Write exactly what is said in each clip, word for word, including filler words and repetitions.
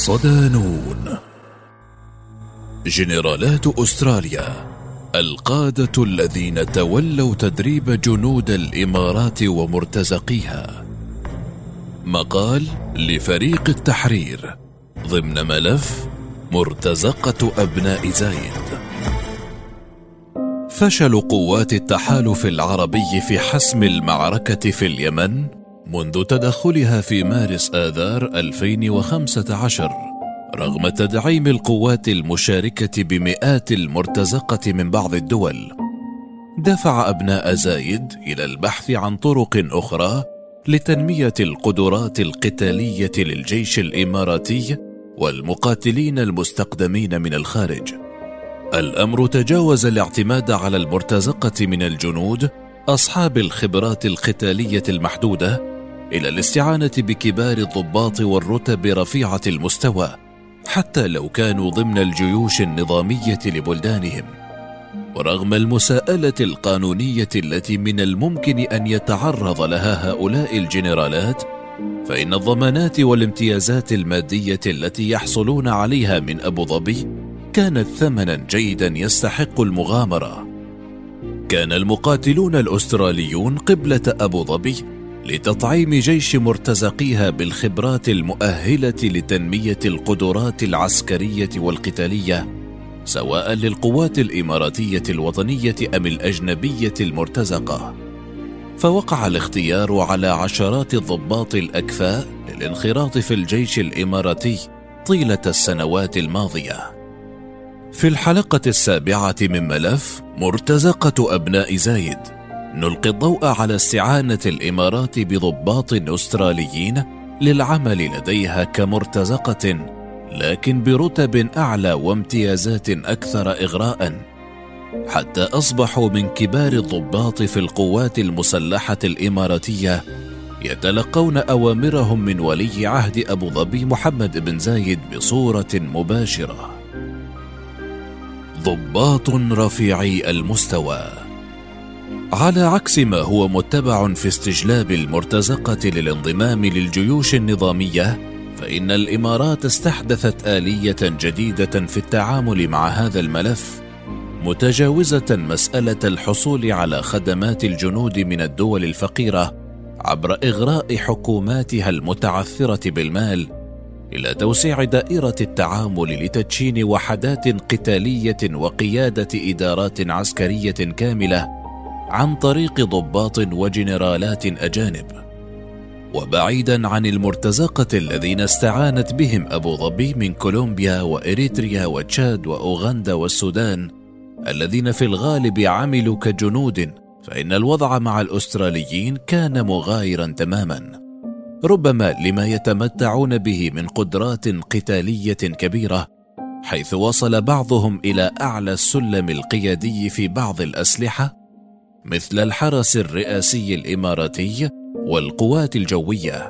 صدانون. جنرالات أستراليا، القادة الذين تولوا تدريب جنود الإمارات ومرتزقيها. مقال لفريق التحرير ضمن ملف مرتزقة أبناء زايد. فشل قوات التحالف العربي في حسم المعركة في اليمن منذ تدخلها في مارس آذار ألفين وخمسة عشر، رغم تدعيم القوات المشاركة بمئات المرتزقة من بعض الدول، دفع أبناء زايد إلى البحث عن طرق أخرى لتنمية القدرات القتالية للجيش الإماراتي والمقاتلين المستقدمين من الخارج. الأمر تجاوز الاعتماد على المرتزقة من الجنود أصحاب الخبرات القتالية المحدودة إلى الاستعانة بكبار الضباط والرتب رفيعة المستوى، حتى لو كانوا ضمن الجيوش النظامية لبلدانهم. ورغم المساءلة القانونية التي من الممكن أن يتعرض لها هؤلاء الجنرالات، فإن الضمانات والامتيازات المادية التي يحصلون عليها من أبو ظبي كانت ثمنا جيدا يستحق المغامرة. كان المقاتلون الأستراليون قبلة أبو ظبي لتطعيم جيش مرتزقيها بالخبرات المؤهلة لتنمية القدرات العسكرية والقتالية، سواء للقوات الإماراتية الوطنية أم الأجنبية المرتزقة. فوقع الاختيار على عشرات الضباط الأكفاء للانخراط في الجيش الإماراتي طيلة السنوات الماضية. في الحلقة السابعة من ملف مرتزقة أبناء زايد، نلقي الضوء على استعانة الإمارات بضباط أستراليين للعمل لديها كمرتزقة، لكن برتب أعلى وامتيازات أكثر إغراءً، حتى أصبحوا من كبار الضباط في القوات المسلحة الإماراتية يتلقون أوامرهم من ولي عهد أبو ظبي محمد بن زايد بصورة مباشرة. ضباط رفيعي المستوى. على عكس ما هو متبع في استجلاب المرتزقة للانضمام للجيوش النظامية، فإن الإمارات استحدثت آلية جديدة في التعامل مع هذا الملف، متجاوزة مسألة الحصول على خدمات الجنود من الدول الفقيرة عبر إغراء حكوماتها المتعثرة بالمال، إلى توسيع دائرة التعامل لتدشين وحدات قتالية وقيادة إدارات عسكرية كاملة عن طريق ضباط وجنرالات أجانب. وبعيدا عن المرتزقة الذين استعانت بهم أبو ظبي من كولومبيا وإريتريا وتشاد وأوغندا والسودان، الذين في الغالب عملوا كجنود، فإن الوضع مع الأستراليين كان مغايرا تماما، ربما لما يتمتعون به من قدرات قتالية كبيرة، حيث وصل بعضهم إلى أعلى السلم القيادي في بعض الأسلحة مثل الحرس الرئاسي الإماراتي والقوات الجوية.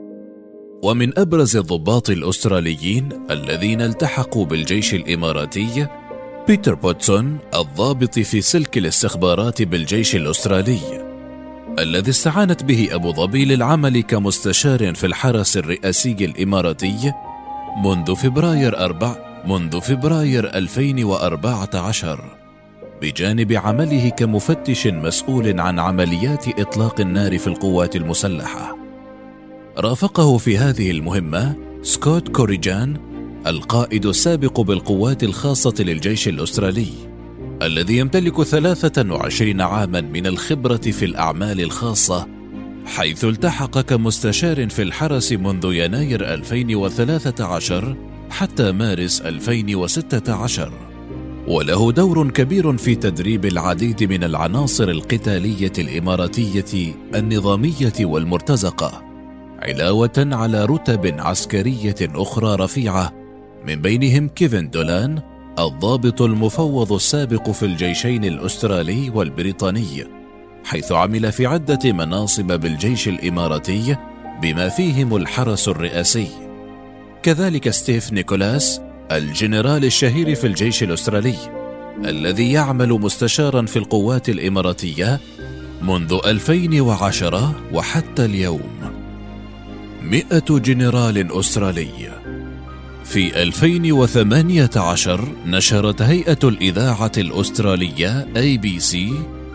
ومن أبرز الضباط الأستراليين الذين التحقوا بالجيش الإماراتي بيتر بوتسون، الضابط في سلك الاستخبارات بالجيش الأسترالي، الذي استعانت به أبو ظبي للعمل كمستشار في الحرس الرئاسي الإماراتي منذ فبراير أربع منذ فبراير ألفين وأربعة عشر، بجانب عمله كمفتش مسؤول عن عمليات إطلاق النار في القوات المسلحة. رافقه في هذه المهمة سكوت كوريجان، القائد السابق بالقوات الخاصة للجيش الأسترالي، الذي يمتلك ثلاثة وعشرين عاما من الخبرة في الأعمال الخاصة، حيث التحق كمستشار في الحرس منذ يناير ألفين وثلاثة عشر حتى مارس ألفين وستة عشر، وله دور كبير في تدريب العديد من العناصر القتالية الإماراتية النظامية والمرتزقة، علاوة على رتب عسكرية أخرى رفيعة، من بينهم كيفن دولان، الضابط المفوض السابق في الجيشين الأسترالي والبريطاني، حيث عمل في عدة مناصب بالجيش الإماراتي بما فيهم الحرس الرئاسي. كذلك ستيف نيكولاس، الجنرال الشهير في الجيش الأسترالي، الذي يعمل مستشارا في القوات الإماراتية منذ ألفين وعشرة وحتى اليوم. مئة جنرال أسترالي. في ألفين وثمانية عشر نشرت هيئة الإذاعة الأسترالية إيه بي سي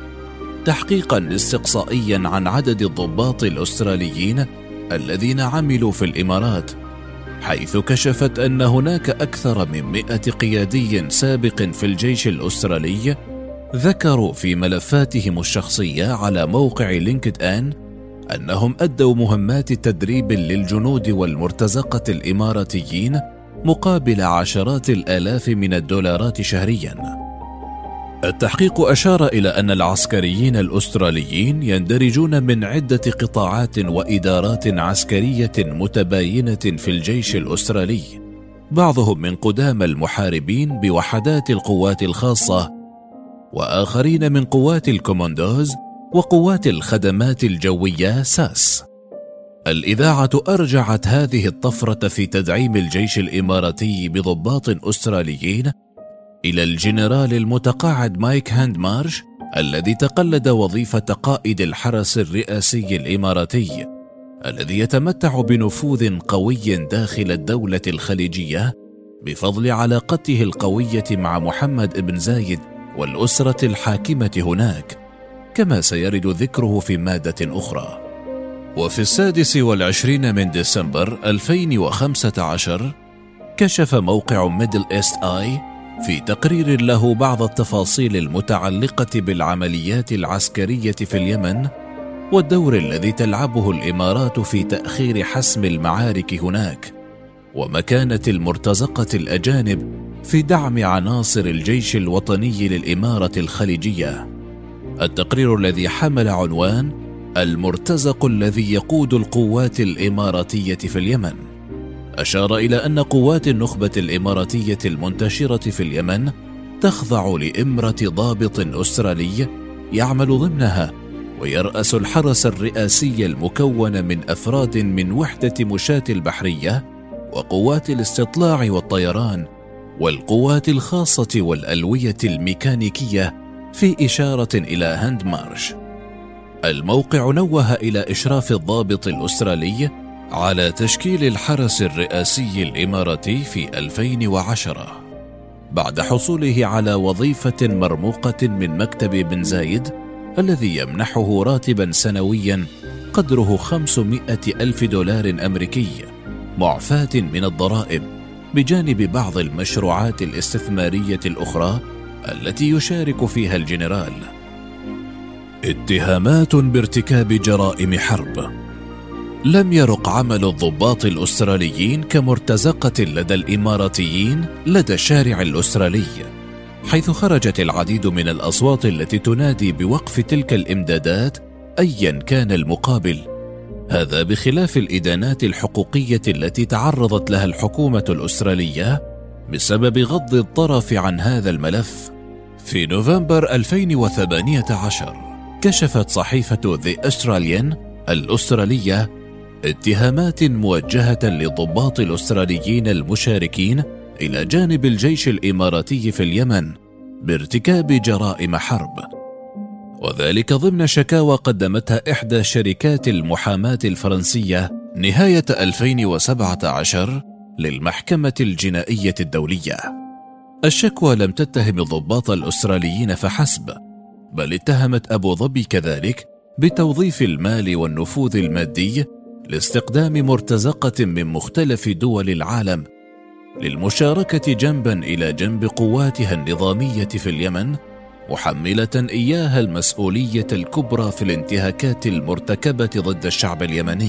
تحقيقا استقصائيا عن عدد الضباط الأستراليين الذين عملوا في الإمارات، حيث كشفت أن هناك أكثر من مئة قيادي سابق في الجيش الأسترالي ذكروا في ملفاتهم الشخصية على موقع لينكد إن أنهم أدوا مهمات تدريب للجنود والمرتزقة الإماراتيين مقابل عشرات الآلاف من الدولارات شهريا. التحقيق أشار إلى أن العسكريين الأستراليين يندرجون من عدة قطاعات وإدارات عسكرية متباينة في الجيش الأسترالي، بعضهم من قدامى المحاربين بوحدات القوات الخاصة، وآخرين من قوات الكوموندوز وقوات الخدمات الجوية ساس. الإذاعة أرجعت هذه الطفرة في تدعيم الجيش الإماراتي بضباط أستراليين إلى الجنرال المتقاعد مايك هاندمارش الذي تقلد وظيفة قائد الحرس الرئاسي الإماراتي، الذي يتمتع بنفوذ قوي داخل الدولة الخليجية بفضل علاقته القوية مع محمد بن زايد والأسرة الحاكمة هناك، كما سيرد ذكره في مادة أخرى. وفي السادس والعشرين من ديسمبر ألفين وخمسة عشر كشف موقع ميدل إيست آي في تقرير له بعض التفاصيل المتعلقة بالعمليات العسكرية في اليمن والدور الذي تلعبه الإمارات في تأخير حسم المعارك هناك، ومكانة المرتزقة الأجانب في دعم عناصر الجيش الوطني للإمارة الخليجية. التقرير الذي حمل عنوان المرتزق الذي يقود القوات الإماراتية في اليمن أشار إلى أن قوات النخبة الإماراتية المنتشرة في اليمن تخضع لإمرة ضابط أسترالي يعمل ضمنها ويرأس الحرس الرئاسي المكون من أفراد من وحدة مشاة البحرية وقوات الاستطلاع والطيران والقوات الخاصة والألوية الميكانيكية، في إشارة إلى هاندمارش. الموقع نوه إلى إشراف الضابط الأسترالي على تشكيل الحرس الرئاسي الإماراتي في ألفين وعشرة بعد حصوله على وظيفة مرموقة من مكتب بن زايد الذي يمنحه راتبا سنويا قدره خمسمائة ألف دولار أمريكي معفاة من الضرائب، بجانب بعض المشروعات الاستثمارية الأخرى التي يشارك فيها الجنرال. اتهامات بارتكاب جرائم حرب. لم يرق عمل الضباط الأستراليين كمرتزقة لدى الإماراتيين لدى الشارع الأسترالي، حيث خرجت العديد من الأصوات التي تنادي بوقف تلك الإمدادات أيا كان المقابل، هذا بخلاف الإدانات الحقوقية التي تعرضت لها الحكومة الأسترالية بسبب غض الطرف عن هذا الملف. في نوفمبر ألفين وثمانية عشر كشفت صحيفة The Australian الأسترالية اتهامات موجهة للضباط الأستراليين المشاركين إلى جانب الجيش الإماراتي في اليمن بارتكاب جرائم حرب، وذلك ضمن شكاوى قدمتها إحدى شركات المحاماة الفرنسية نهاية ألفين وسبعة عشر للمحكمة الجنائية الدولية. الشكوى لم تتهم الضباط الأستراليين فحسب، بل اتهمت أبو ظبي كذلك بتوظيف المال والنفوذ المادي لاستقدام مرتزقة من مختلف دول العالم للمشاركة جنبا إلى جنب قواتها النظامية في اليمن، محملة إياها المسؤولية الكبرى في الانتهاكات المرتكبة ضد الشعب اليمني.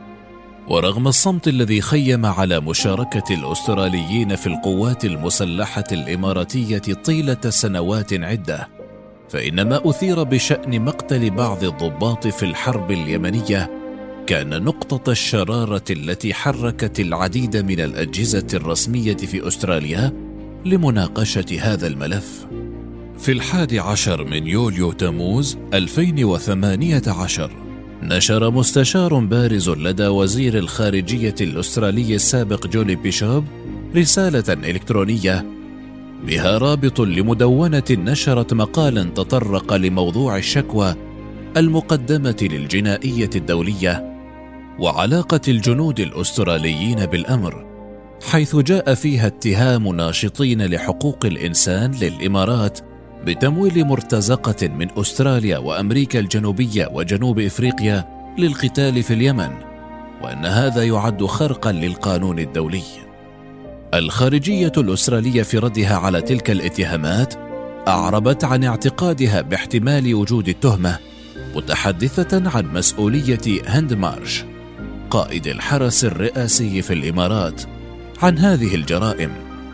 ورغم الصمت الذي خيم على مشاركة الأستراليين في القوات المسلحة الإماراتية طيلة سنوات عدة، فإن ما أثير بشأن مقتل بعض الضباط في الحرب اليمنية كان نقطة الشرارة التي حركت العديد من الأجهزة الرسمية في أستراليا لمناقشة هذا الملف. في الحادي عشر من يوليو تموز ألفين وثمانية عشر نشر مستشار بارز لدى وزير الخارجية الأسترالي السابق جولي بيشوب رسالة إلكترونية بها رابط لمدونة نشرت مقالا تطرق لموضوع الشكوى المقدمة للجنائية الدولية وعلاقة الجنود الأستراليين بالأمر، حيث جاء فيها اتهام ناشطين لحقوق الإنسان للإمارات بتمويل مرتزقة من أستراليا وأمريكا الجنوبية وجنوب إفريقيا للقتال في اليمن، وأن هذا يعد خرقا للقانون الدولي. الخارجية الأسترالية في ردها على تلك الاتهامات أعربت عن اعتقادها باحتمال وجود التهمة، متحدثة عن مسؤولية هند مارش قائد الحرس الرئاسي في الإمارات عن هذه الجرائم،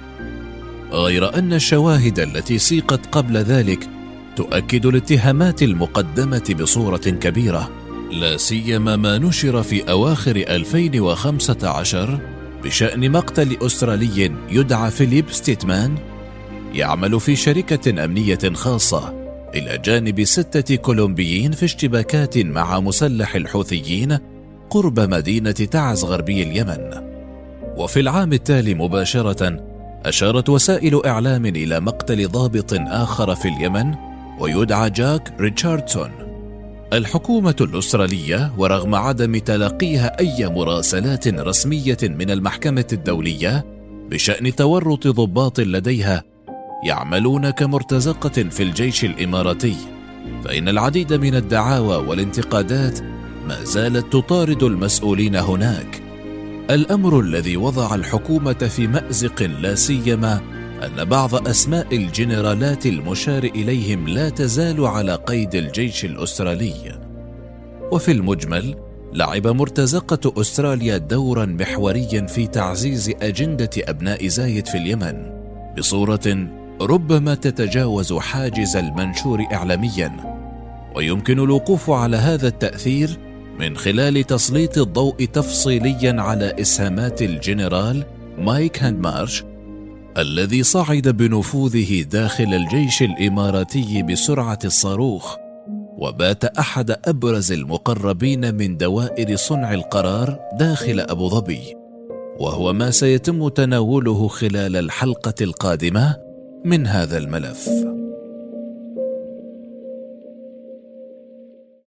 غير أن الشواهد التي سيقت قبل ذلك تؤكد الاتهامات المقدمة بصورة كبيرة، لا سيما ما نشر في أواخر ألفين وخمسة عشر بشأن مقتل أسترالي يدعى فيليب ستيتمان يعمل في شركة أمنية خاصة إلى جانب ستة كولومبيين في اشتباكات مع مسلح الحوثيين قرب مدينة تعز غربي اليمن. وفي العام التالي مباشرة أشارت وسائل إعلام إلى مقتل ضابط آخر في اليمن ويدعى جاك ريتشاردسون. الحكومة الأسترالية ورغم عدم تلقيها أي مراسلات رسمية من المحكمة الدولية بشأن تورط ضباط لديها يعملون كمرتزقة في الجيش الإماراتي، فإن العديد من الدعاوى والانتقادات ما زالت تطارد المسؤولين هناك. الأمر الذي وضع الحكومة في مأزق، لا سيما أن بعض أسماء الجنرالات المشار إليهم لا تزال على قيد الجيش الأسترالي. وفي المجمل لعب مرتزقة أستراليا دورا محوريا في تعزيز أجندة أبناء زايد في اليمن بصورة ربما تتجاوز حاجز المنشور إعلاميا، ويمكن الوقوف على هذا التأثير من خلال تسليط الضوء تفصيليا على إسهامات الجنرال مايك هاند مارش الذي صعد بنفوذه داخل الجيش الإماراتي بسرعة الصاروخ، وبات أحد أبرز المقربين من دوائر صنع القرار داخل أبو ظبي، وهو ما سيتم تناوله خلال الحلقة القادمة من هذا الملف.